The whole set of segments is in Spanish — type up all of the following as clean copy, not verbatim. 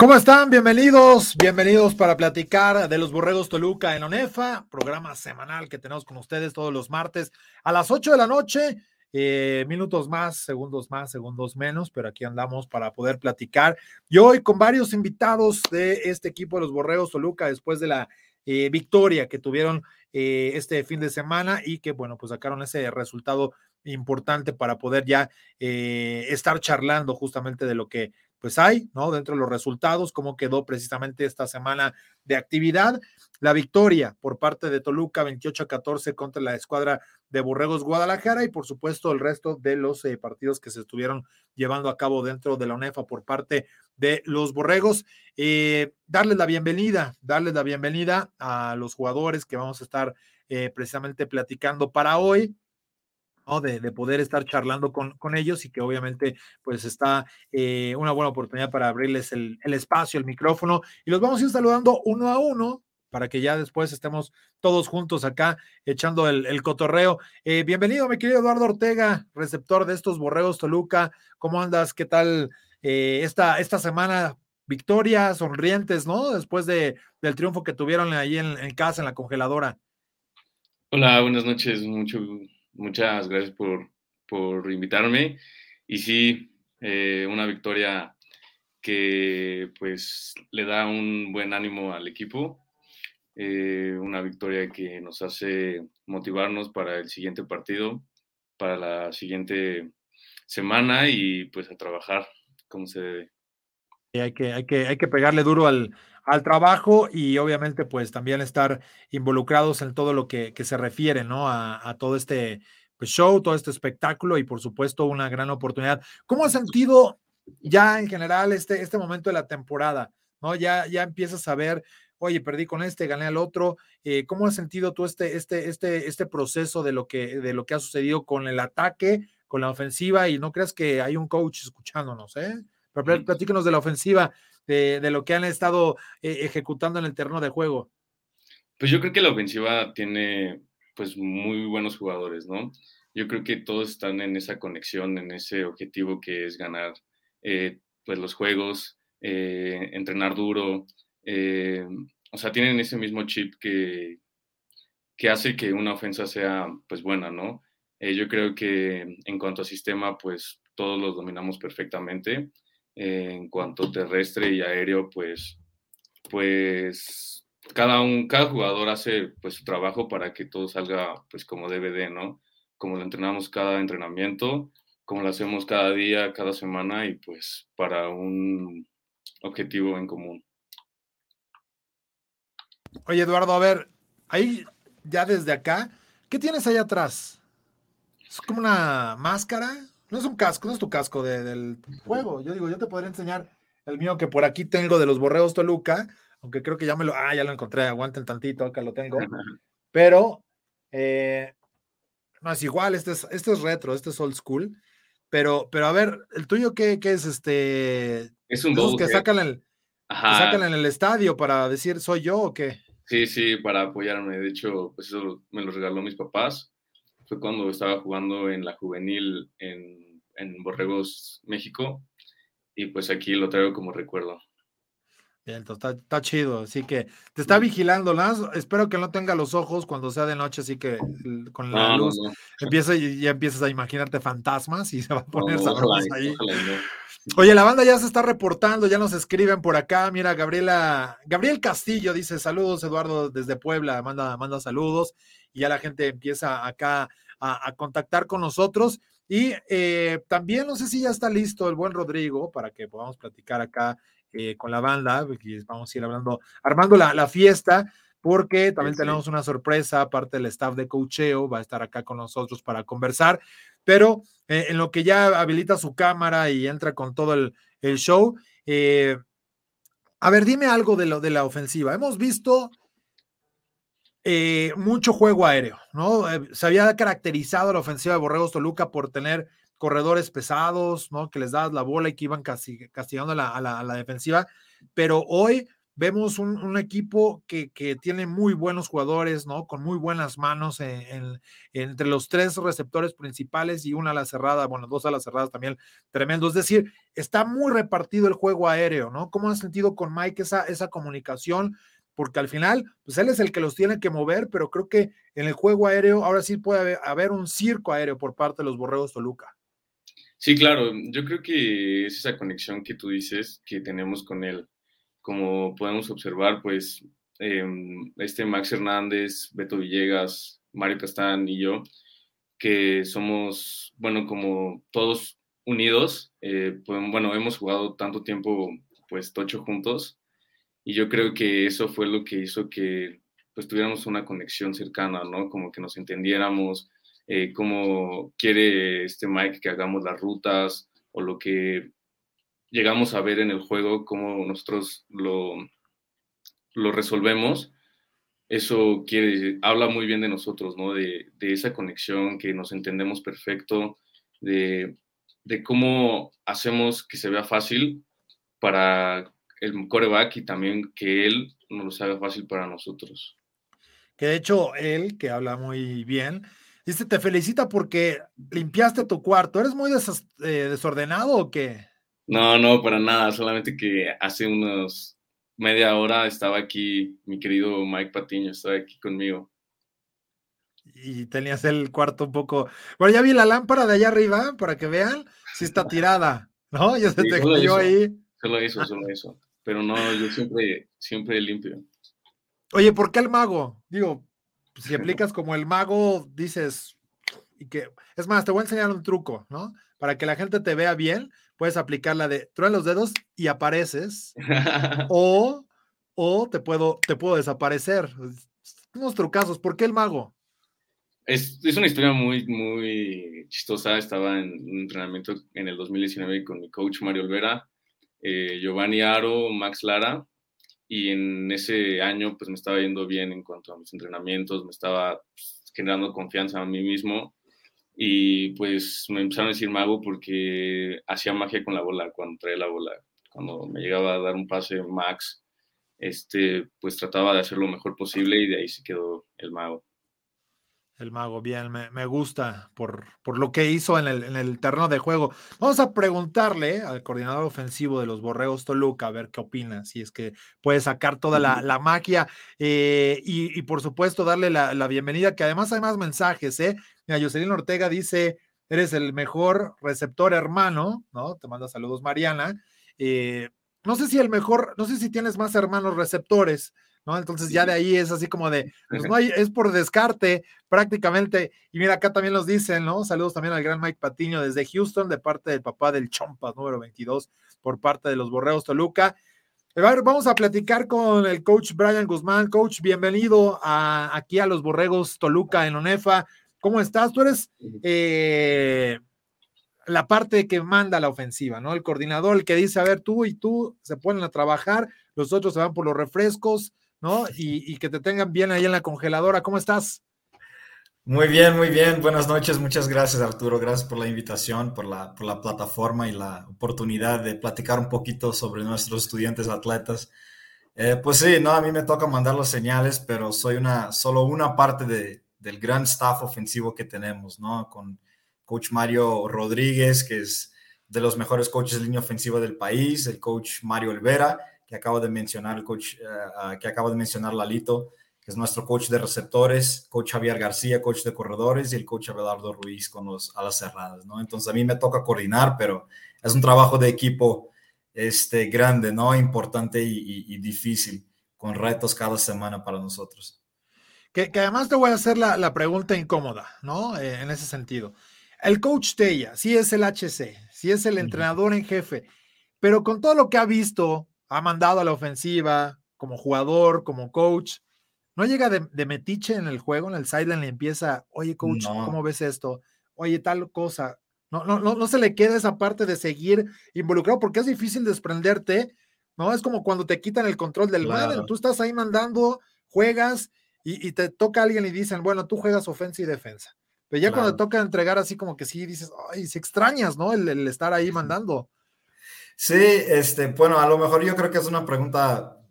¿Cómo están? Bienvenidos para platicar de los Borregos Toluca en ONEFA, programa semanal que tenemos con ustedes todos los martes a las 8 de la noche, minutos más, segundos menos, pero aquí andamos para poder platicar. Y hoy con varios invitados de este equipo de los Borregos Toluca después de la victoria que tuvieron este fin de semana y que, bueno, pues sacaron ese resultado importante para poder ya estar charlando justamente de lo que pues hay, ¿no? Dentro de los resultados, cómo quedó precisamente esta semana de actividad. La victoria por parte de Toluca, 28-14 contra la escuadra de Borregos Guadalajara y por supuesto el resto de los partidos que se estuvieron llevando a cabo dentro de la ONEFA por parte de los Borregos. Darles la bienvenida a los jugadores que vamos a estar precisamente platicando para hoy, ¿no? De poder estar charlando con ellos y que obviamente pues está una buena oportunidad para abrirles el espacio, el micrófono y los vamos a ir saludando uno a uno para que ya después estemos todos juntos acá echando el cotorreo. Bienvenido, mi querido Eduardo Ortega, receptor de estos Borregos Toluca. ¿Cómo andas? ¿Qué tal esta semana? Victoria, sonrientes, ¿no? Después del triunfo que tuvieron ahí en casa, en la congeladora. Hola, buenas noches. Muchas gracias por invitarme. Y sí, una victoria que pues le da un buen ánimo al equipo. Una victoria que nos hace motivarnos para el siguiente partido, para la siguiente semana y pues a trabajar como se debe. Hay que pegarle duro al trabajo y obviamente pues también estar involucrados en todo lo que se refiere, ¿no? A todo este pues, show, todo este espectáculo y por supuesto una gran oportunidad. ¿Cómo has sentido ya en general este momento de la temporada? ¿No? Ya empiezas a ver, oye, perdí con este, gané al otro. ¿Cómo has sentido tú este proceso de lo que ha sucedido con el ataque, con la ofensiva? Y no creas que hay un coach escuchándonos, ¿eh? Pero platícanos de la ofensiva, de lo que han estado ejecutando en el terreno de juego. Pues yo creo que la ofensiva tiene pues muy buenos jugadores, ¿no? Yo creo que todos están en esa conexión, en ese objetivo que es ganar pues los juegos, entrenar duro, o sea, tienen ese mismo chip que hace que una ofensa sea pues buena, ¿no? Yo creo que en cuanto a sistema, pues todos los dominamos perfectamente. En cuanto terrestre y aéreo, pues cada jugador hace pues su trabajo para que todo salga pues como debe de, ¿no? Como lo entrenamos cada entrenamiento, como lo hacemos cada día, cada semana y pues para un objetivo en común. Oye, Eduardo, a ver, ahí ya desde acá, ¿qué tienes ahí atrás? Es como una máscara, no es un casco, no es tu casco del juego. Yo digo, yo te podría enseñar el mío que por aquí tengo de los Borregos Toluca, aunque creo que ya lo encontré, aguanten tantito, acá lo tengo, pero no es igual, este es retro, este es old school, pero a ver, el tuyo, ¿qué es de Es un esos bobblehead. que Ajá, sacan en el estadio para decir soy yo o qué? sí, sí, para apoyarme. De hecho, pues eso me lo regaló mis papás. Fue cuando estaba jugando en la juvenil en Borregos, México, y pues aquí lo traigo como recuerdo. Bien, entonces está chido, así que te está vigilando, ¿no? Espero que no tenga los ojos cuando sea de noche, así que con la No, no, luz no, ya empiezas a imaginarte fantasmas y se va a no, poner no, ojalá, sabroso ahí. ojalá y no. Oye, la banda ya se está reportando, ya nos escriben por acá. Mira, Gabriel Castillo dice: saludos, Eduardo, desde Puebla, manda saludos. Y ya la gente empieza acá a contactar con nosotros. Y también no sé si ya está listo el buen Rodrigo para que podamos platicar acá con la banda. Y vamos a ir armando la fiesta, porque Sí, también sí. tenemos una sorpresa, aparte del staff de coacheo, va a estar acá con nosotros para conversar. Pero en lo que ya habilita su cámara y entra con todo el show. A ver, dime algo de la ofensiva. Hemos visto mucho juego aéreo, ¿no? Se había caracterizado la ofensiva de Borregos Toluca por tener corredores pesados, ¿no? Que les dabas la bola y que iban castigando a la defensiva, pero hoy vemos un equipo que tiene muy buenos jugadores, ¿no? Con muy buenas manos entre los tres receptores principales y una ala cerrada, bueno, dos alas cerradas también, tremendo. Es decir, está muy repartido el juego aéreo, ¿no? ¿Cómo has sentido con Mike esa comunicación? Porque al final, pues él es el que los tiene que mover, pero creo que en el juego aéreo ahora sí puede haber un circo aéreo por parte de los Borregos Toluca. Sí, claro, yo creo que es esa conexión que tú dices que tenemos con él. Como podemos observar, pues Max Hernández, Beto Villegas, Mario Castán y yo, que somos, bueno, como todos unidos, pues, bueno, hemos jugado tanto tiempo, pues, tocho juntos, y yo creo que eso fue lo que hizo que, pues, tuviéramos una conexión cercana, ¿no? Como que nos entendiéramos, cómo quiere Mike que hagamos las rutas, o lo que llegamos a ver en el juego, cómo nosotros lo resolvemos. Eso habla muy bien de nosotros, ¿no? De esa conexión, que nos entendemos perfecto, de cómo hacemos que se vea fácil para el quarterback y también que él nos lo haga fácil para nosotros. Que de hecho él, que habla muy bien, dice, te felicita porque limpiaste tu cuarto. ¿Eres muy desordenado o qué? No, no, para nada, solamente que hace unos media hora estaba aquí mi querido Mike Patiño, estaba aquí conmigo. Y tenías el cuarto un poco. Bueno, ya vi la lámpara de allá arriba para que vean si está tirada, ¿no? Ya se Sí, te cayó ahí. solo eso. Pero no, yo siempre limpio. Oye, ¿por qué el mago? Digo, si aplicas como el mago, dices, y que, es más, te voy a enseñar un truco, ¿no? Para que la gente te vea bien, puedes aplicar la de truena los dedos y apareces, o, o te puedo desaparecer. Unos trucazos, ¿por qué el mago? Es una historia muy, muy chistosa. Estaba en un entrenamiento en el 2019 con mi coach Mario Olvera, Giovanni Aro, Max Lara, y en ese año pues me estaba yendo bien en cuanto a mis entrenamientos, me estaba generando confianza a mí mismo, y pues me empezaron a decir mago porque hacía magia con la bola cuando traía la bola. Cuando me llegaba a dar un pase Max, pues trataba de hacer lo mejor posible, y de ahí se quedó el mago. El mago, bien, me gusta por lo que hizo en el terreno de juego. Vamos a preguntarle al coordinador ofensivo de los Borregos Toluca, a ver qué opina, si es que puede sacar toda la magia y por supuesto darle la bienvenida, que además hay más mensajes, ¿eh? Mira, Jocelyn Ortega dice, eres el mejor receptor hermano, ¿no? Te manda saludos Mariana. No sé si el mejor, no sé si tienes más hermanos receptores, ¿no? Entonces ya de ahí es así como de, pues no hay, es por descarte prácticamente. Y mira, acá también nos dicen, ¿no? Saludos también al gran Mike Patiño desde Houston, de parte del papá del Chompas, número 22, por parte de los Borregos Toluca. A ver, vamos a platicar con el coach Brian Guzmán. Coach, bienvenido aquí a los Borregos Toluca en ONEFA. ¿Cómo estás? Tú eres la parte que manda la ofensiva, ¿no? El coordinador, el que dice, a ver, tú y tú se ponen a trabajar, los otros se van por los refrescos, ¿no? Y que te tengan bien ahí en la congeladora. ¿Cómo estás? Muy bien, muy bien. Buenas noches. Muchas gracias, Arturo. Gracias por la invitación, por la plataforma y la oportunidad de platicar un poquito sobre nuestros estudiantes atletas. Pues sí, no, a mí me toca mandar los señales, pero soy solo una parte del gran staff ofensivo que tenemos, ¿no? Con coach Mario Rodríguez, que es de los mejores coaches de línea ofensiva del país, el coach Mario Olvera, que acabo de mencionar, el coach que acabo de mencionar, Lalito, que es nuestro coach de receptores, coach Javier García, coach de corredores, y el coach Abelardo Ruiz con los alas cerradas, ¿no? Entonces a mí me toca coordinar, pero es un trabajo de equipo grande, ¿no? Importante y difícil, con retos cada semana para nosotros. Que además te voy a hacer la pregunta incómoda, ¿no? En ese sentido. El coach Tella, sí es el HC, sí es el entrenador en jefe, pero con todo lo que ha visto, ha mandado a la ofensiva, como jugador, como coach, ¿no llega de metiche en el juego, en el sideline, y empieza, oye, coach, ¿cómo No, ves esto? Oye, tal cosa. No se le queda esa parte de seguir involucrado, porque es difícil desprenderte, ¿no? Es como cuando te quitan el control del Madden, claro, tú estás ahí mandando, juegas, y te toca a alguien y dicen, bueno, tú juegas ofensa y defensa. Pero ya cuando te claro. toca entregar así como que sí, dices, ay, si extrañas, ¿no? El estar ahí mandando. Sí, bueno, a lo mejor yo creo que es una pregunta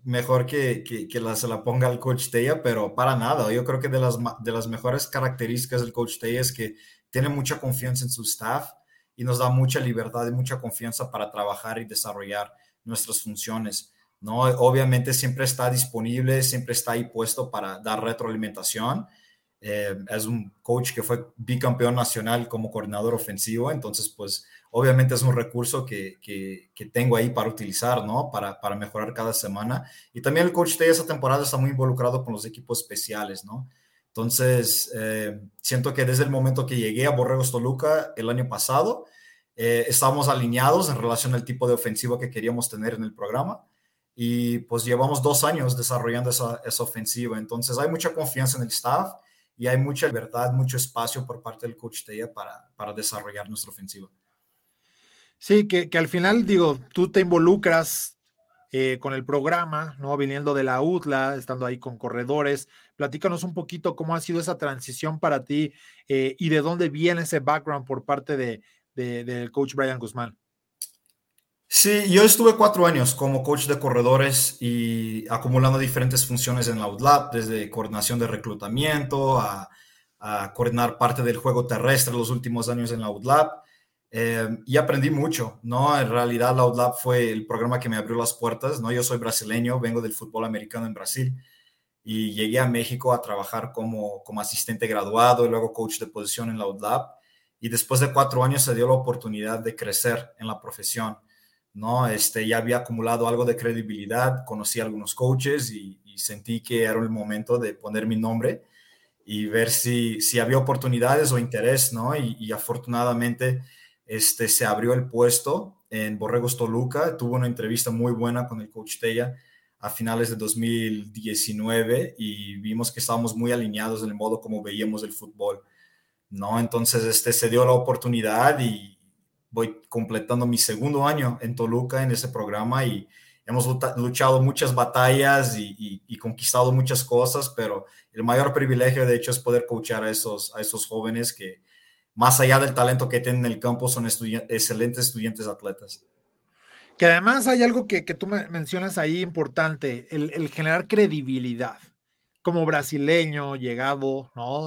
mejor que se la ponga el coach Tella, pero para nada. Yo creo que de las mejores características del coach Tella es que tiene mucha confianza en su staff y nos da mucha libertad y mucha confianza para trabajar y desarrollar nuestras funciones, ¿no? Obviamente siempre está disponible, siempre está ahí puesto para dar retroalimentación. Es un coach que fue bicampeón nacional como coordinador ofensivo, entonces pues obviamente es un recurso que tengo ahí para utilizar, ¿no? Para mejorar cada semana. Y también el coach de esa temporada está muy involucrado con los equipos especiales, ¿no? Entonces, siento que desde el momento que llegué a Borregos Toluca el año pasado, estábamos alineados en relación al tipo de ofensiva que queríamos tener en el programa. Y pues llevamos 2 años desarrollando esa ofensiva. Entonces, hay mucha confianza en el staff y hay mucha libertad, mucho espacio por parte del coach Tella para desarrollar nuestra ofensiva. Sí, que al final, digo, tú te involucras con el programa, ¿no? Viniendo de la UTLA, estando ahí con corredores. Platícanos un poquito cómo ha sido esa transición para ti y de dónde viene ese background por parte del coach Brian Guzmán. Sí, yo estuve 4 años como coach de corredores y acumulando diferentes funciones en la UTLAB, desde coordinación de reclutamiento a coordinar parte del juego terrestre los últimos años en la UTLAB. Y aprendí mucho, ¿no? En realidad la UTLAB fue el programa que me abrió las puertas, ¿no? Yo soy brasileño, vengo del fútbol americano en Brasil y llegué a México a trabajar como asistente graduado y luego coach de posición en la UTLAB. Y después de 4 años se dio la oportunidad de crecer en la profesión, ¿no? Ya había acumulado algo de credibilidad, conocí a algunos coaches y sentí que era el momento de poner mi nombre y ver si había oportunidades o interés, ¿no? Y afortunadamente se abrió el puesto en Borregos Toluca, tuvo una entrevista muy buena con el coach Tella a finales de 2019 y vimos que estábamos muy alineados en el modo como veíamos el fútbol, ¿no? Entonces se dio la oportunidad y voy completando mi segundo año en Toluca en ese programa y hemos luchado muchas batallas y conquistado muchas cosas, pero el mayor privilegio de hecho es poder coachar a esos jóvenes que más allá del talento que tienen en el campo son excelentes estudiantes atletas. Que además hay algo que tú mencionas ahí importante, el generar credibilidad. Como brasileño, llegado, ¿no?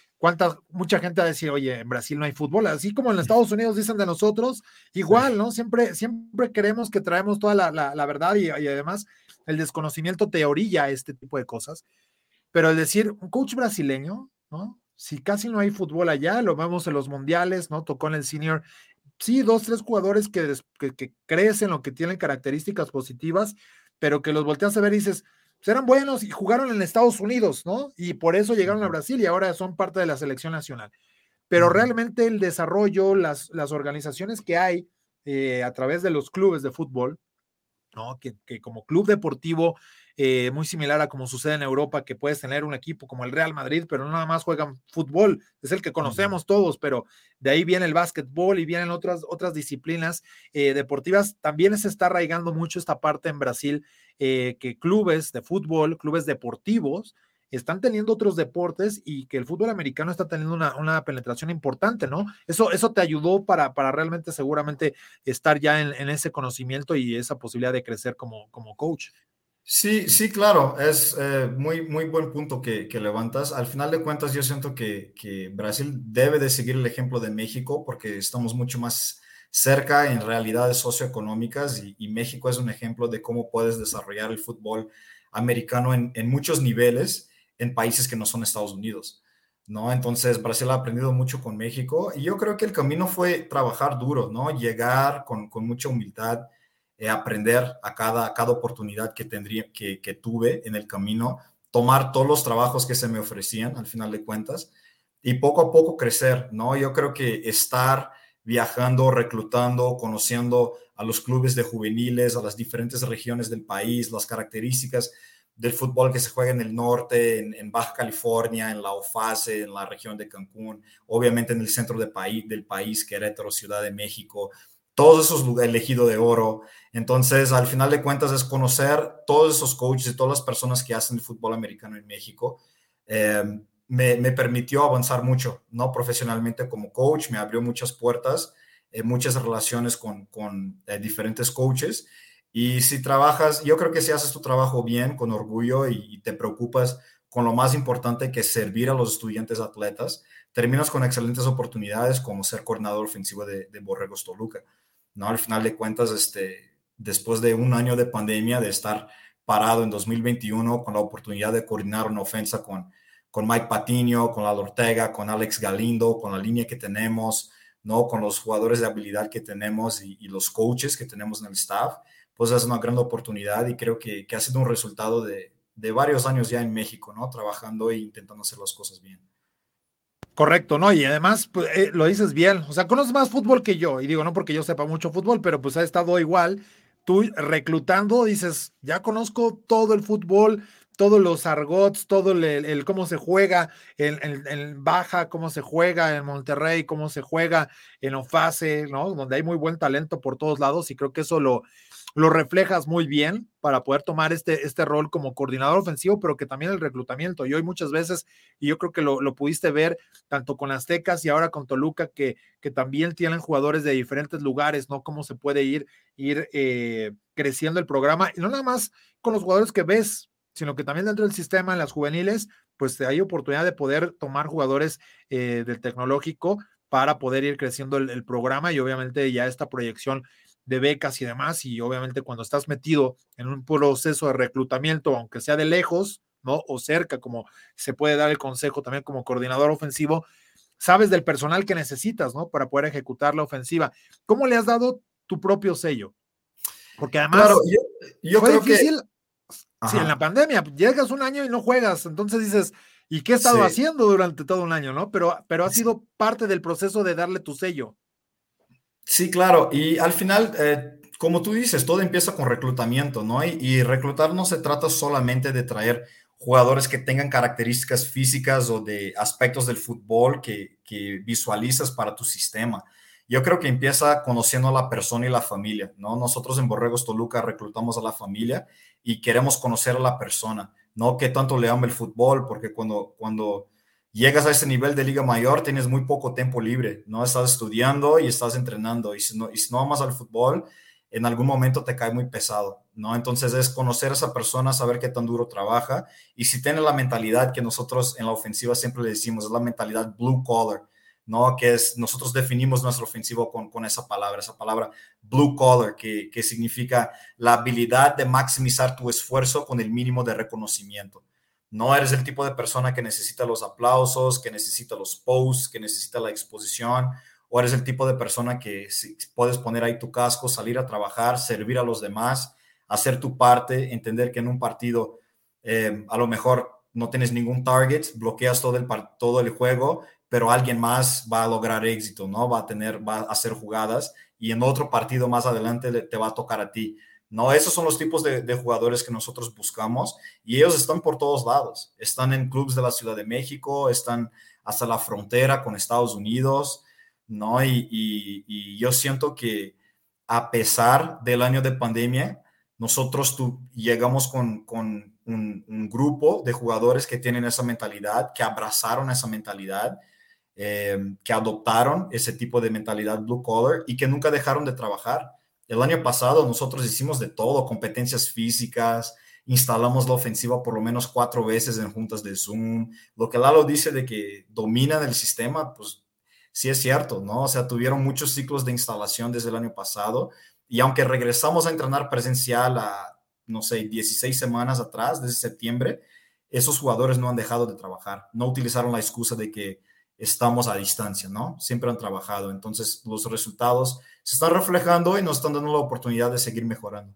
Mucha gente va a decir, oye, en Brasil no hay fútbol, así como en Estados Unidos dicen de nosotros, igual, ¿no? Siempre creemos que traemos toda la verdad y además el desconocimiento te orilla a este tipo de cosas. Pero el decir, un coach brasileño, ¿no? Si casi no hay fútbol allá, lo vemos en los mundiales, ¿no? Tocó en el senior. Sí, 2, 3 jugadores que crecen o que tienen características positivas, pero que los volteas a ver y dices, pues eran buenos y jugaron en Estados Unidos, ¿no? Y por eso llegaron a Brasil y ahora son parte de la selección nacional. Pero realmente el desarrollo, las organizaciones que hay a través de los clubes de fútbol, ¿no? Que como club deportivo, muy similar a como sucede en Europa, que puedes tener un equipo como el Real Madrid, pero no nada más juegan fútbol, es el que conocemos todos, pero de ahí viene el básquetbol y vienen otras disciplinas deportivas. También se está arraigando mucho esta parte en Brasil, que clubes de fútbol, clubes deportivos, están teniendo otros deportes y que el fútbol americano está teniendo una penetración importante, ¿no? Eso te ayudó para realmente seguramente estar ya en ese conocimiento y esa posibilidad de crecer como coach. Sí, sí, claro, es muy, muy buen punto que levantas. Al final de cuentas, yo siento que Brasil debe de seguir el ejemplo de México porque estamos mucho más cerca en realidades socioeconómicas y México es un ejemplo de cómo puedes desarrollar el fútbol americano en muchos niveles en países que no son Estados Unidos, ¿no? Entonces, Brasil ha aprendido mucho con México y yo creo que el camino fue trabajar duro, ¿no? Llegar con mucha humildad, aprender a cada oportunidad que tuve en el camino, tomar todos los trabajos que se me ofrecían al final de cuentas y poco a poco crecer, ¿no? Yo creo que estar viajando, reclutando, conociendo a los clubes de juveniles, a las diferentes regiones del país, las características del fútbol que se juega en el norte, en Baja California, en la OFASE, en la región de Cancún, obviamente en el centro del país, Querétaro, Ciudad de México, todos esos lugares, el Ejido de Oro. Entonces, al final de cuentas, es conocer todos esos coaches y todas las personas que hacen el fútbol americano en México. Me permitió avanzar mucho, ¿no? Profesionalmente como coach, me abrió muchas puertas, muchas relaciones con diferentes coaches Y si trabajas, yo creo que si haces tu trabajo bien, con orgullo y te preocupas con lo más importante que es servir a los estudiantes atletas, terminas con excelentes oportunidades como ser coordinador ofensivo de Borregos Toluca. ¿No? Al final de cuentas, después de un año de pandemia, de estar parado en 2021 con la oportunidad de coordinar una ofensa con Mike Patiño, con Lalo Ortega, con Alex Galindo, con la línea que tenemos, ¿no? Con los jugadores de habilidad que tenemos y los coaches que tenemos en el staff, pues es una gran oportunidad y creo que ha sido un resultado de varios años ya en México, ¿no? Trabajando e intentando hacer las cosas bien. Correcto, ¿no? Y además, pues, lo dices bien, o sea, conoces más fútbol que yo, y digo, no porque yo sepa mucho fútbol, pero pues ha estado igual, tú reclutando, dices, ya conozco todo el fútbol, todos los argots, todo el cómo se juega en Baja, cómo se juega en Monterrey, cómo se juega en Ofase, ¿no? Donde hay muy buen talento por todos lados, y creo que eso lo reflejas muy bien para poder tomar este rol como coordinador ofensivo, pero que también el reclutamiento. Y hoy muchas veces, y yo creo que lo pudiste ver tanto con Aztecas y ahora con Toluca, que también tienen jugadores de diferentes lugares, ¿no? Cómo se puede ir creciendo el programa, y no nada más con los jugadores que ves, sino que también dentro del sistema, en las juveniles, pues hay oportunidad de poder tomar jugadores del tecnológico para poder ir creciendo el programa y obviamente ya esta proyección de becas y demás, y obviamente cuando estás metido en un proceso de reclutamiento, aunque sea de lejos, ¿no? O cerca, como se puede dar el consejo también como coordinador ofensivo, sabes del personal que necesitas, ¿no? Para poder ejecutar la ofensiva. ¿Cómo le has dado tu propio sello? Porque Claro, además yo fue creo que... difícil, sí, en la Ajá, pandemia, llegas un año y no juegas, entonces dices, ¿y qué he estado sí. haciendo durante todo un año, no? Pero ha sido parte del proceso de darle tu sello. Sí, claro. Y al final, como tú dices, todo empieza con reclutamiento, ¿no? Y reclutar no se trata solamente de traer jugadores que tengan características físicas o de aspectos del fútbol que visualizas para tu sistema. Yo creo que empieza conociendo a la persona y la familia, ¿no? Nosotros en Borregos Toluca reclutamos a la familia y queremos conocer a la persona, no que tanto le ama el fútbol, porque cuando llegas a ese nivel de liga mayor, tienes muy poco tiempo libre, ¿no? Estás estudiando y estás entrenando, y si no amas al fútbol, en algún momento te cae muy pesado, ¿no? Entonces es conocer a esa persona, saber qué tan duro trabaja, y si tiene la mentalidad que nosotros en la ofensiva siempre le decimos, es la mentalidad blue collar, ¿no? Que es, nosotros definimos nuestra ofensiva con esa palabra blue collar, que significa la habilidad de maximizar tu esfuerzo con el mínimo de reconocimiento. No eres el tipo de persona que necesita los aplausos, que necesita los posts, que necesita la exposición, o eres el tipo de persona que si puedes poner ahí tu casco, salir a trabajar, servir a los demás, hacer tu parte, entender que en un partido a lo mejor no tienes ningún target, bloqueas todo el juego, pero alguien más va a lograr éxito, ¿no? Va a hacer jugadas y en otro partido más adelante te va a tocar a ti. No, esos son los tipos de jugadores que nosotros buscamos y ellos están por todos lados. Están en clubes de la Ciudad de México, están hasta la frontera con Estados Unidos, ¿no? Y yo siento que a pesar del año de pandemia, nosotros llegamos con un grupo de jugadores que tienen esa mentalidad, que abrazaron esa mentalidad, que adoptaron ese tipo de mentalidad blue collar y que nunca dejaron de trabajar. El año pasado nosotros hicimos de todo, competencias físicas, instalamos la ofensiva por lo menos 4 veces en juntas de Zoom. Lo que Lalo dice de que dominan el sistema, pues sí es cierto, ¿no? O sea, tuvieron muchos ciclos de instalación desde el año pasado y aunque regresamos a entrenar presencial a, no sé, 16 semanas atrás, desde septiembre, esos jugadores no han dejado de trabajar, no utilizaron la excusa de que estamos a distancia, ¿no? Siempre han trabajado. Entonces, los resultados se están reflejando y nos están dando la oportunidad de seguir mejorando.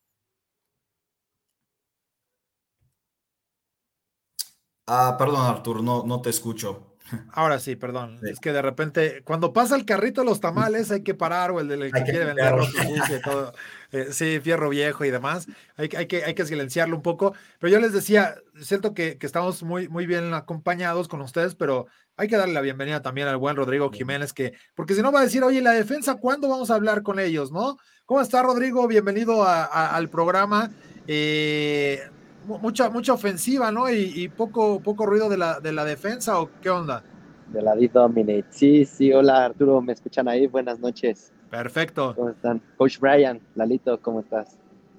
Perdón, Artur, no te escucho. Ahora sí, perdón. Sí. Es que de repente, cuando pasa el carrito de los tamales, hay que parar, o el Hay que que quiere vender cambiarlo. ropa sucia y todo. Sí, fierro viejo y demás. Hay que silenciarlo un poco. Pero yo les decía, siento que estamos muy bien acompañados con ustedes, pero hay que darle la bienvenida también al buen Rodrigo Jiménez, porque si no va a decir, oye, la defensa, ¿cuándo vamos a hablar con ellos, no? ¿Cómo está, Rodrigo? Bienvenido al programa. Mucha ofensiva, ¿no? Y poco ruido de la defensa, ¿o qué onda? De la Dominate. Sí, sí, hola Arturo, ¿me escuchan ahí? Buenas noches. Perfecto. ¿Cómo están? Coach Brian, Lalito, ¿cómo estás?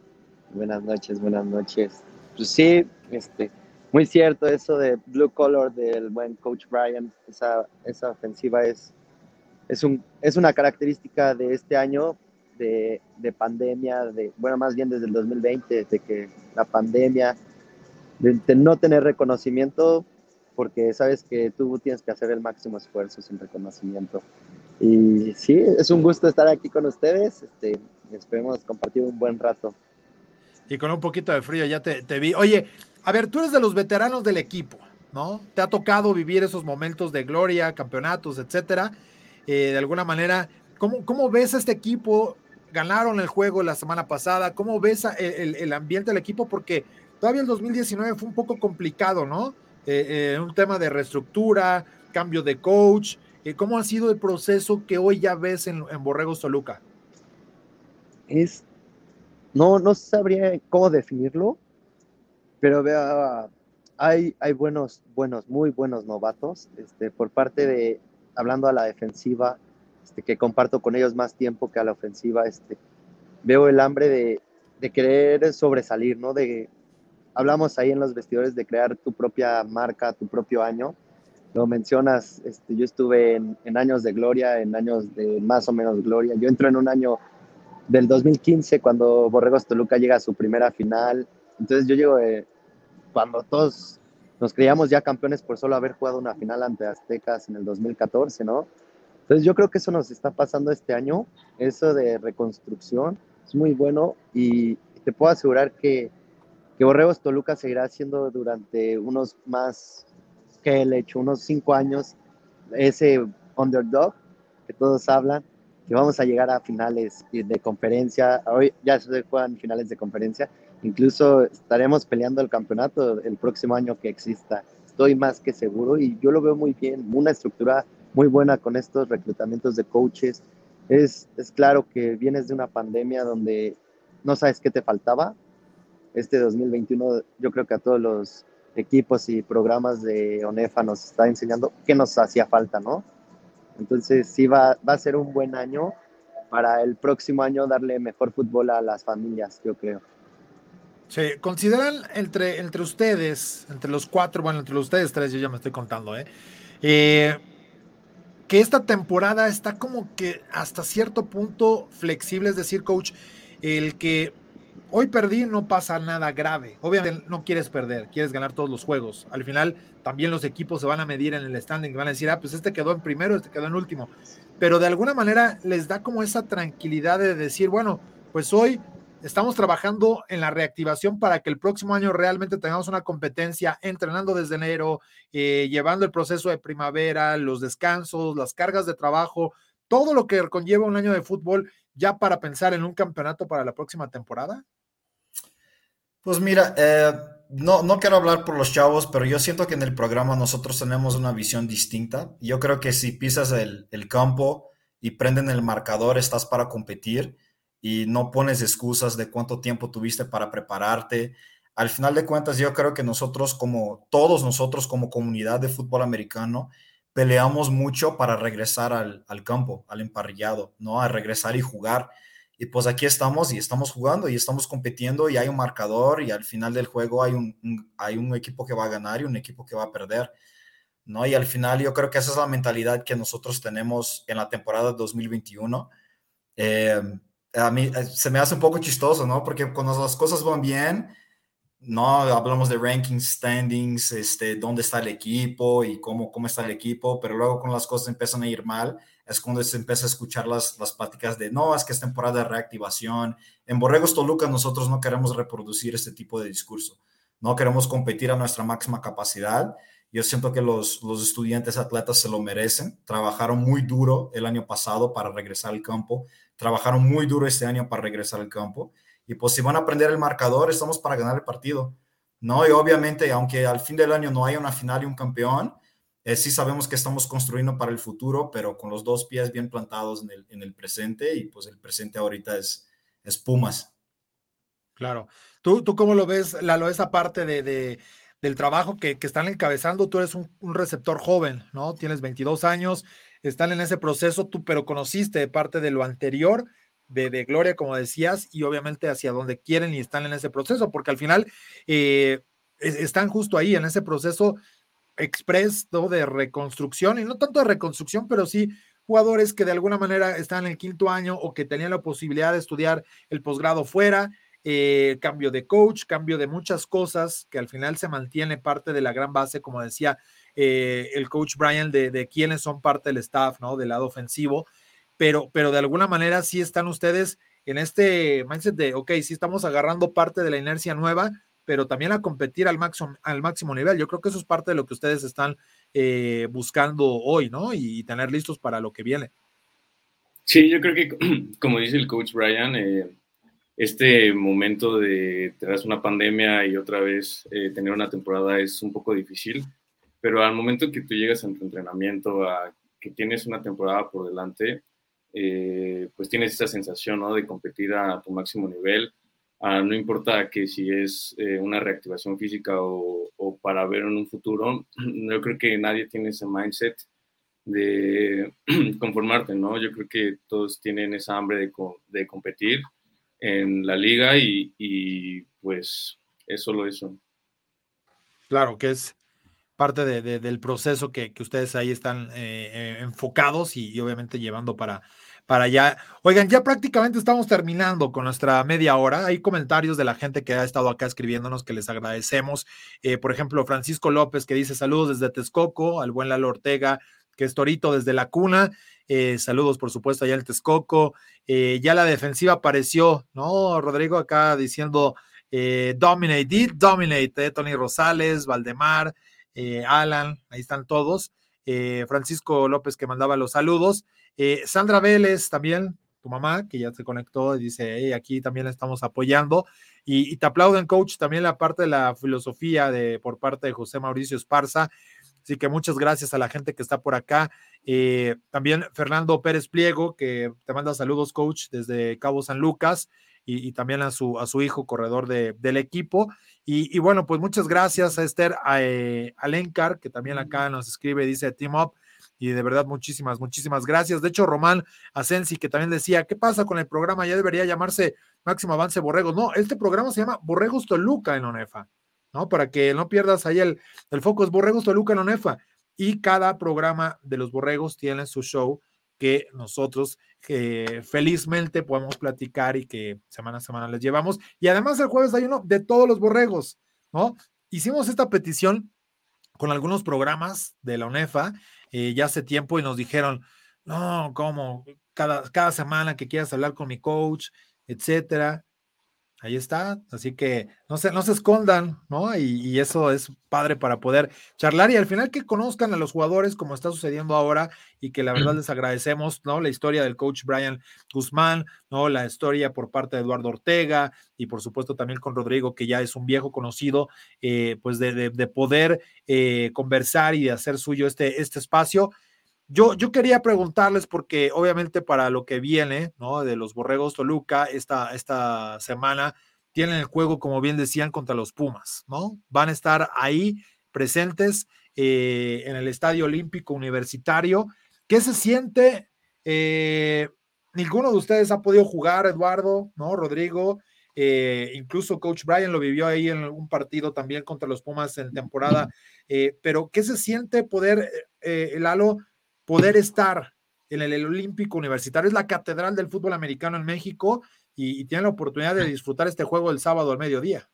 Buenas noches, buenas noches. Pues sí, muy cierto eso de Blue Collar del buen Coach Brian. Esa ofensiva es una característica de este año de pandemia, bueno, más bien desde el 2020, de que la pandemia, de no tener reconocimiento, porque sabes que tú tienes que hacer el máximo esfuerzo sin reconocimiento. Y sí, es un gusto estar aquí con ustedes. Esperemos compartir un buen rato. Y con un poquito de frío ya te vi. Oye, a ver, tú eres de los veteranos del equipo, ¿no? Te ha tocado vivir esos momentos de gloria, campeonatos, etcétera. De alguna manera, ¿cómo ves a este equipo? Ganaron el juego la semana pasada. ¿Cómo ves el ambiente del equipo? Porque todavía el 2019 fue un poco complicado, ¿no? Un tema de reestructura, cambio de coach. ¿Cómo ha sido el proceso que hoy ya ves en Borregos Toluca? No sabría cómo definirlo, pero vea, hay muy buenos novatos, por parte de, hablando a la defensiva, que comparto con ellos más tiempo que a la ofensiva, veo el hambre de querer sobresalir, ¿no? Hablamos ahí en los vestidores de crear tu propia marca, tu propio año. Lo mencionas, yo estuve en años de gloria, en años de más o menos gloria. Yo entro en un año del 2015 cuando Borregos Toluca llega a su primera final. Entonces yo llego cuando todos nos creíamos ya campeones por solo haber jugado una final ante Aztecas en el 2014, ¿no? Entonces yo creo que eso nos está pasando este año, eso de reconstrucción, es muy bueno y te puedo asegurar que Borregos Toluca seguirá siendo durante unos más que el hecho, unos 5 años, ese underdog que todos hablan, que vamos a llegar a finales de conferencia. Hoy ya se juegan finales de conferencia, incluso estaremos peleando el campeonato el próximo año que exista. Estoy más que seguro y yo lo veo muy bien, una estructura muy buena con estos reclutamientos de coaches. Es claro que vienes de una pandemia donde no sabes qué te faltaba. Este 2021 yo creo que a todos los equipos y programas de ONEFA nos está enseñando qué nos hacía falta, ¿no? Entonces sí va a ser un buen año para el próximo año darle mejor fútbol a las familias, yo creo. Sí, consideran entre ustedes, entre los cuatro, bueno, entre ustedes tres, yo ya me estoy contando, que esta temporada está como que hasta cierto punto flexible, es decir, coach, el que hoy perdí no pasa nada grave. Obviamente no quieres perder, quieres ganar todos los juegos. Al final también los equipos se van a medir en el standing, van a decir, pues este quedó en primero, este quedó en último. Pero de alguna manera les da como esa tranquilidad de decir, bueno, pues hoy estamos trabajando en la reactivación para que el próximo año realmente tengamos una competencia, entrenando desde enero, llevando el proceso de primavera, los descansos, las cargas de trabajo, todo lo que conlleva un año de fútbol, ya para pensar en un campeonato para la próxima temporada. Pues mira, no quiero hablar por los chavos, pero yo siento que en el programa nosotros tenemos una visión distinta. Yo creo que si pisas el campo y prenden el marcador, estás para competir y no pones excusas de cuánto tiempo tuviste para prepararte. Al final de cuentas, yo creo que todos nosotros como comunidad de fútbol americano, peleamos mucho para regresar al campo, al emparrillado, ¿no? A regresar y jugar. Y pues aquí estamos y estamos jugando y estamos compitiendo y hay un marcador y al final del juego hay un equipo que va a ganar y un equipo que va a perder, ¿no? Y al final yo creo que esa es la mentalidad que nosotros tenemos en la temporada 2021. Eh, a mí se me hace un poco chistoso, ¿no? Porque cuando las cosas van bien, no hablamos de rankings, standings, dónde está el equipo y cómo está el equipo, pero luego cuando las cosas empiezan a ir mal, es cuando se empieza a escuchar las pláticas de, no, es que es temporada de reactivación. En Borregos Toluca nosotros no queremos reproducir este tipo de discurso, no queremos competir a nuestra máxima capacidad. Yo siento que los estudiantes atletas se lo merecen, trabajaron muy duro el año pasado para regresar al campo, trabajaron muy duro este año para regresar al campo. Y pues si van a aprender el marcador, estamos para ganar el partido, ¿no? Y obviamente, aunque al fin del año no haya una final y un campeón, sí sabemos que estamos construyendo para el futuro, pero con los dos pies bien plantados en el presente, y pues el presente ahorita es Pumas. Claro. ¿Tú cómo lo ves, Lalo, esa parte del trabajo que están encabezando? Tú eres un receptor joven, ¿no? Tienes 22 años, están en ese proceso, pero conociste parte de lo anterior. de gloria, como decías, y obviamente hacia donde quieren y están en ese proceso, porque al final están justo ahí en ese proceso express, ¿no? De reconstrucción, y no tanto de reconstrucción, pero sí jugadores que de alguna manera están en el quinto año o que tenían la posibilidad de estudiar el posgrado fuera, cambio de coach, cambio de muchas cosas, que al final se mantiene parte de la gran base, como decía el coach Brian, de quienes son parte del staff, ¿no? Del lado ofensivo, pero de alguna manera sí están ustedes en este mindset de, ok, sí estamos agarrando parte de la inercia nueva, pero también a competir al máximo nivel. Yo creo que eso es parte de lo que ustedes están buscando hoy, ¿no? Y tener listos para lo que viene. Sí, yo creo que, como dice el coach Brian, este momento de tras una pandemia y otra vez tener una temporada es un poco difícil, pero al momento que tú llegas en tu entrenamiento, a que tienes una temporada por delante, pues tienes esa sensación, ¿no? De competir a tu máximo nivel. No importa que si es una reactivación física o para ver en un futuro, yo creo que nadie tiene ese mindset de conformarte, ¿no? Yo creo que todos tienen esa hambre de competir en la liga y pues es solo eso. Claro, que es parte del proceso que ustedes ahí están enfocados y obviamente llevando para allá. Oigan, ya prácticamente estamos terminando con nuestra media hora. Hay comentarios de la gente que ha estado acá escribiéndonos que les agradecemos. Por ejemplo, Francisco López, que dice saludos desde Texcoco, al buen Lalo Ortega, que es Torito desde la cuna. Saludos, por supuesto, allá en Texcoco. Ya la defensiva apareció, ¿no? Rodrigo acá diciendo dominate, Tony Rosales, Valdemar, Alan, ahí están todos. Francisco López que mandaba los saludos. Sandra Vélez también, tu mamá, que ya se conectó y dice, hey, aquí también la estamos apoyando. Y te aplauden, coach, también la parte de la filosofía por parte de José Mauricio Esparza. Así que muchas gracias a la gente que está por acá. También Fernando Pérez Pliego, que te manda saludos, coach, desde Cabo San Lucas, y también a su hijo, corredor del equipo. Y bueno, pues muchas gracias a Esther Alencar, que también acá nos escribe, dice Team Up, y de verdad muchísimas gracias. De hecho, Román Asensi, que también decía, ¿qué pasa con el programa? Ya debería llamarse Máximo Avance Borregos. No, este programa se llama Borregos Toluca en ONEFA, ¿no? Para que no pierdas ahí el foco, es Borregos Toluca en ONEFA, y cada programa de los Borregos tiene su show que nosotros felizmente podemos platicar y que semana a semana les llevamos. Y además el jueves hay uno de todos los Borregos, ¿no? Hicimos esta petición con algunos programas de la ONEFA ya hace tiempo y nos dijeron, no, ¿cómo? Cada semana que quieras hablar con mi coach, etcétera. Ahí está, así que no se escondan, ¿no? Y eso es padre para poder charlar y al final que conozcan a los jugadores como está sucediendo ahora y que la verdad les agradecemos, ¿no? La historia del coach Brian Guzmán, ¿no? La historia por parte de Eduardo Ortega y por supuesto también con Rodrigo, que ya es un viejo conocido, pues de poder conversar y de hacer suyo este espacio. Yo quería preguntarles, porque obviamente para lo que viene, ¿no? De los Borregos Toluca, esta semana tienen el juego, como bien decían, contra los Pumas, ¿no? Van a estar ahí presentes en el Estadio Olímpico Universitario. ¿Qué se siente? Ninguno de ustedes ha podido jugar, Eduardo, ¿no? Rodrigo, incluso Coach Brian lo vivió ahí en un partido también contra los Pumas en temporada, pero ¿qué se siente poder, Lalo, poder estar en el Olímpico Universitario? Es la catedral del fútbol americano en México y tienen la oportunidad de disfrutar este juego el sábado al mediodía.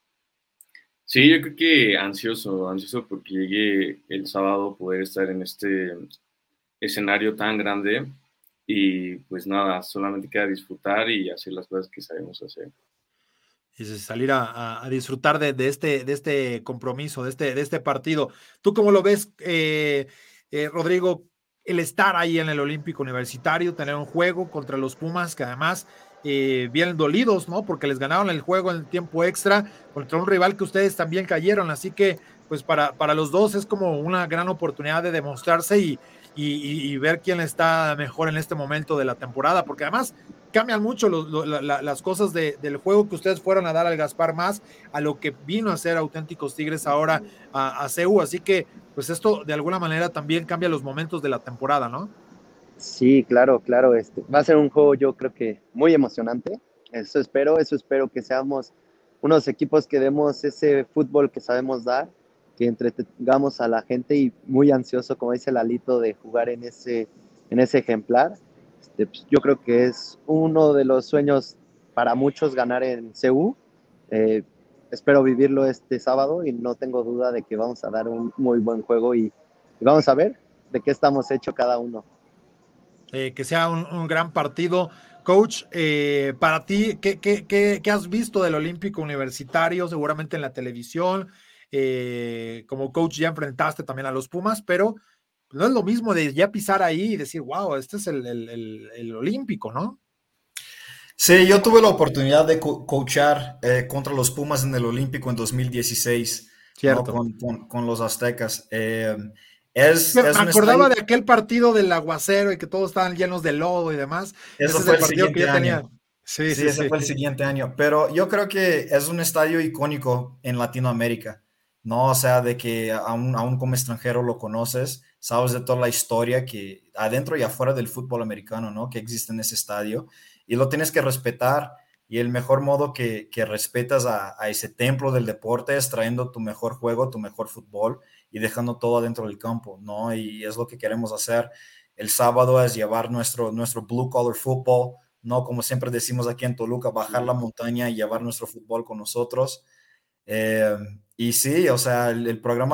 Sí, yo creo que ansioso porque llegue el sábado poder estar en este escenario tan grande y pues nada, solamente queda disfrutar y hacer las cosas que sabemos hacer. Y salir a disfrutar de este compromiso, de este partido. ¿Tú cómo lo ves, Rodrigo? El estar ahí en el Olímpico Universitario, tener un juego contra los Pumas, que además vienen dolidos, ¿no? Porque les ganaron el juego en tiempo extra contra un rival que ustedes también cayeron, así que pues para los dos es como una gran oportunidad de demostrarse y ver quién está mejor en este momento de la temporada, porque además cambian mucho las cosas del juego que ustedes fueron a dar al Gaspar Más a lo que vino a ser Auténticos Tigres ahora a CU, así que pues esto de alguna manera también cambia los momentos de la temporada, ¿no? Sí, claro, claro. Va a ser un juego, yo creo que muy emocionante. Eso espero que seamos unos equipos que demos ese fútbol que sabemos dar, que entretengamos a la gente y muy ansioso, como dice Lalito, de jugar en ese ejemplar. Pues, yo creo que es uno de los sueños para muchos ganar en CU. Eh, Espero vivirlo este sábado y no tengo duda de que vamos a dar un muy buen juego y vamos a ver de qué estamos hechos cada uno. Que sea un gran partido. Coach, para ti, ¿qué has visto del Olímpico Universitario? Seguramente en la televisión. Como coach ya enfrentaste también a los Pumas, pero no es lo mismo de ya pisar ahí y decir, wow, este es el Olímpico, ¿no? Sí, yo tuve la oportunidad de coachar contra los Pumas en el Olímpico en 2016, ¿no? Cierto. Con los Aztecas. Me Es un estadio. acordaba de aquel partido del aguacero y que todos estaban llenos de lodo y demás. Eso Ese es fue el el partido que siguiente yo tenía. año. Sí, Sí, sí, ese sí. fue el siguiente año. Pero yo creo que es un estadio icónico en Latinoamérica, ¿no? O sea, de que aún como extranjero lo conoces, sabes de toda la historia que adentro y afuera del fútbol americano, ¿no? Que existe en ese estadio y lo tienes que respetar. Y el mejor modo que respetas a ese templo del deporte es trayendo tu mejor juego, tu mejor fútbol y dejando todo adentro del campo, ¿no? Y es lo que queremos hacer. El sábado es llevar nuestro blue collar football, no como siempre decimos aquí en Toluca, bajar la montaña y llevar nuestro fútbol con nosotros. Eh, y sí, o sea, el programa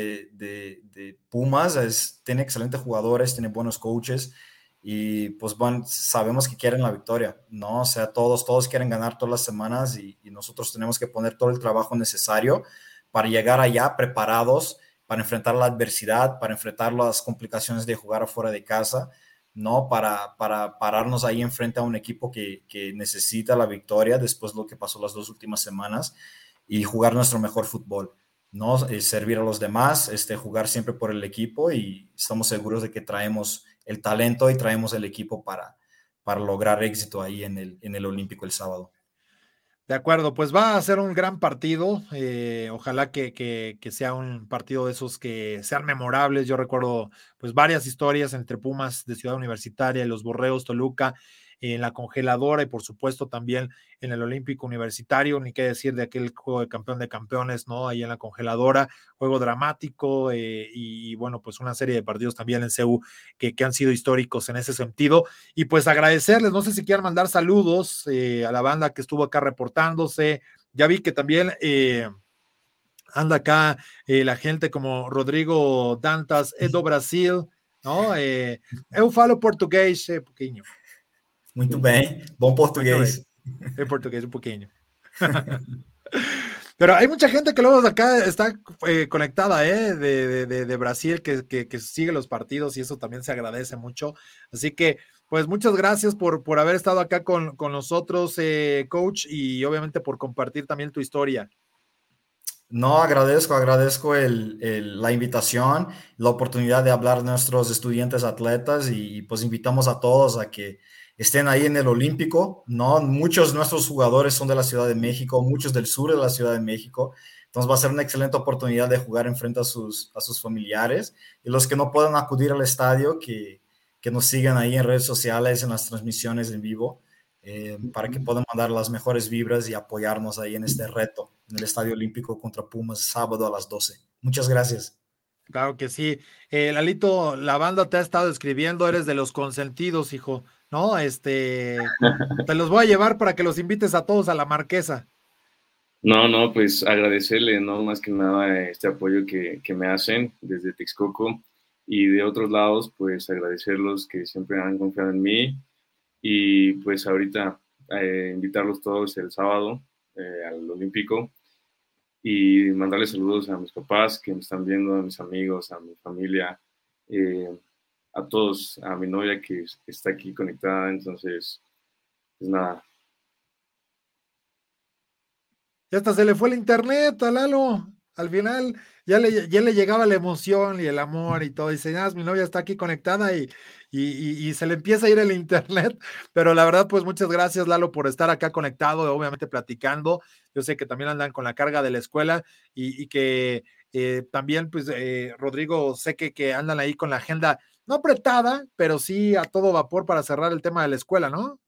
de Pumas tiene excelentes jugadores, tiene buenos coaches y pues bueno, sabemos que quieren la victoria, ¿no? O sea, todos quieren ganar todas las semanas y nosotros tenemos que poner todo el trabajo necesario para llegar allá preparados, para enfrentar la adversidad, para enfrentar las complicaciones de jugar afuera de casa, ¿no? Para pararnos ahí enfrente a un equipo que necesita la victoria después de lo que pasó las 2 últimas semanas y jugar nuestro mejor fútbol, ¿no? Servir a los demás, jugar siempre por el equipo y estamos seguros de que traemos el talento y traemos el equipo para lograr éxito ahí en el Olímpico el sábado. De acuerdo, pues va a ser un gran partido. Ojalá que sea un partido de esos que sean memorables. Yo recuerdo pues varias historias entre Pumas de Ciudad Universitaria y los Borregos Toluca en la congeladora y por supuesto también en el Olímpico Universitario, ni qué decir de aquel juego de campeón de campeones, ¿no? Ahí en la congeladora, juego dramático y bueno, pues una serie de partidos también en CU que han sido históricos en ese sentido. Y pues agradecerles, no sé si quieran mandar saludos a la banda que estuvo acá reportándose. Ya vi que también anda acá la gente como Rodrigo Dantas, Edo Brasil, ¿no? Eu falo português, pouquinho. Muito bem, bom português. Portugués un poquillo. Pero hay mucha gente que luego de acá está conectada de Brasil que sigue los partidos y eso también se agradece mucho. Así que, pues muchas gracias por haber estado acá con nosotros, coach, y obviamente por compartir también tu historia. No, agradezco la invitación, la oportunidad de hablar de nuestros estudiantes atletas y pues invitamos a todos a que estén ahí en el Olímpico, ¿no? Muchos de nuestros jugadores son de la Ciudad de México, muchos del sur de la Ciudad de México, entonces va a ser una excelente oportunidad de jugar enfrente a sus familiares y los que no puedan acudir al estadio, que nos sigan ahí en redes sociales, en las transmisiones en vivo. Para que puedan mandar las mejores vibras y apoyarnos ahí en este reto en el Estadio Olímpico contra Pumas sábado a las 12. Muchas gracias. Claro que sí. Lalito, la banda te ha estado escribiendo, eres de los consentidos, hijo, ¿no? Te los voy a llevar para que los invites a todos a la Marquesa. No, pues agradecerle, ¿no? Más que nada este apoyo que me hacen desde Texcoco y de otros lados, pues agradecerlos que siempre han confiado en mí y pues ahorita invitarlos todos el sábado al Olímpico y mandarles saludos a mis papás que me están viendo, a mis amigos, a mi familia, a todos, a mi novia que está aquí conectada, entonces, pues nada. Ya hasta se le fue el internet a Lalo. Al final ya le llegaba la emoción y el amor y todo. Dice, mi novia está aquí conectada y se le empieza a ir el internet. Pero la verdad, pues muchas gracias, Lalo, por estar acá conectado, obviamente platicando. Yo sé que también andan con la carga de la escuela y que también, pues, Rodrigo, sé que andan ahí con la agenda no apretada, pero sí a todo vapor para cerrar el tema de la escuela, ¿no?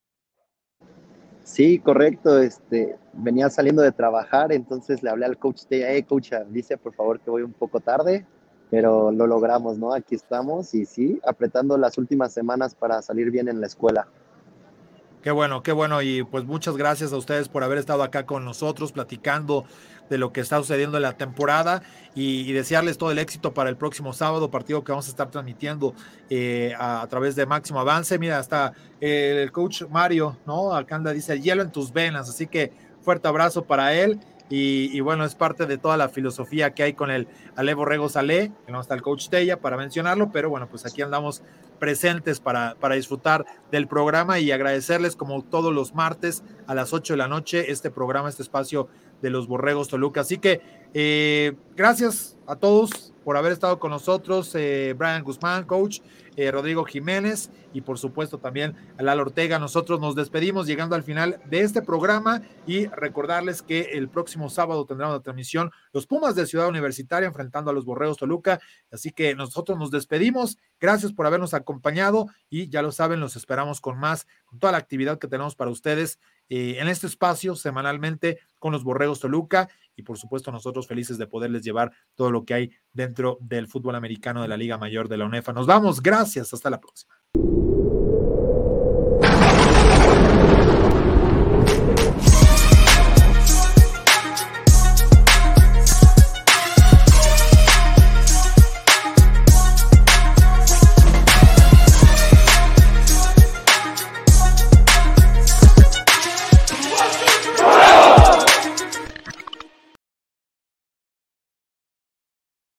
Sí, correcto. Venía saliendo de trabajar, entonces le hablé al coach de, coach, dice por favor que voy un poco tarde, pero lo logramos, ¿no? Aquí estamos y sí, apretando las últimas semanas para salir bien en la escuela. Qué bueno, y pues muchas gracias a ustedes por haber estado acá con nosotros platicando de lo que está sucediendo en la temporada y desearles todo el éxito para el próximo sábado, partido que vamos a estar transmitiendo a través de Máximo Avance. Mira, hasta el coach Mario, ¿no? Acá anda, dice, el hielo en tus venas, así que fuerte abrazo para él. Y bueno, es parte de toda la filosofía que hay con el Ale Borrego Salé, que no está el coach Tella para mencionarlo, pero bueno, pues aquí andamos presentes para disfrutar del programa y agradecerles como todos los martes a las 8 de la noche este programa, este espacio de los Borregos Toluca. Así que gracias a todos por haber estado con nosotros, Brian Guzmán, coach, Rodrigo Jiménez y por supuesto también a Lalo Ortega. Nosotros nos despedimos llegando al final de este programa y recordarles que el próximo sábado tendrán una transmisión los Pumas de Ciudad Universitaria enfrentando a los Borregos Toluca. Así que nosotros nos despedimos. Gracias por habernos acompañado y ya lo saben, los esperamos con más, con toda la actividad que tenemos para ustedes en este espacio semanalmente con los Borregos Toluca y por supuesto nosotros felices de poderles llevar todo lo que hay dentro del fútbol americano de la Liga Mayor de la UNEFA. Nos vamos, gracias, hasta la próxima.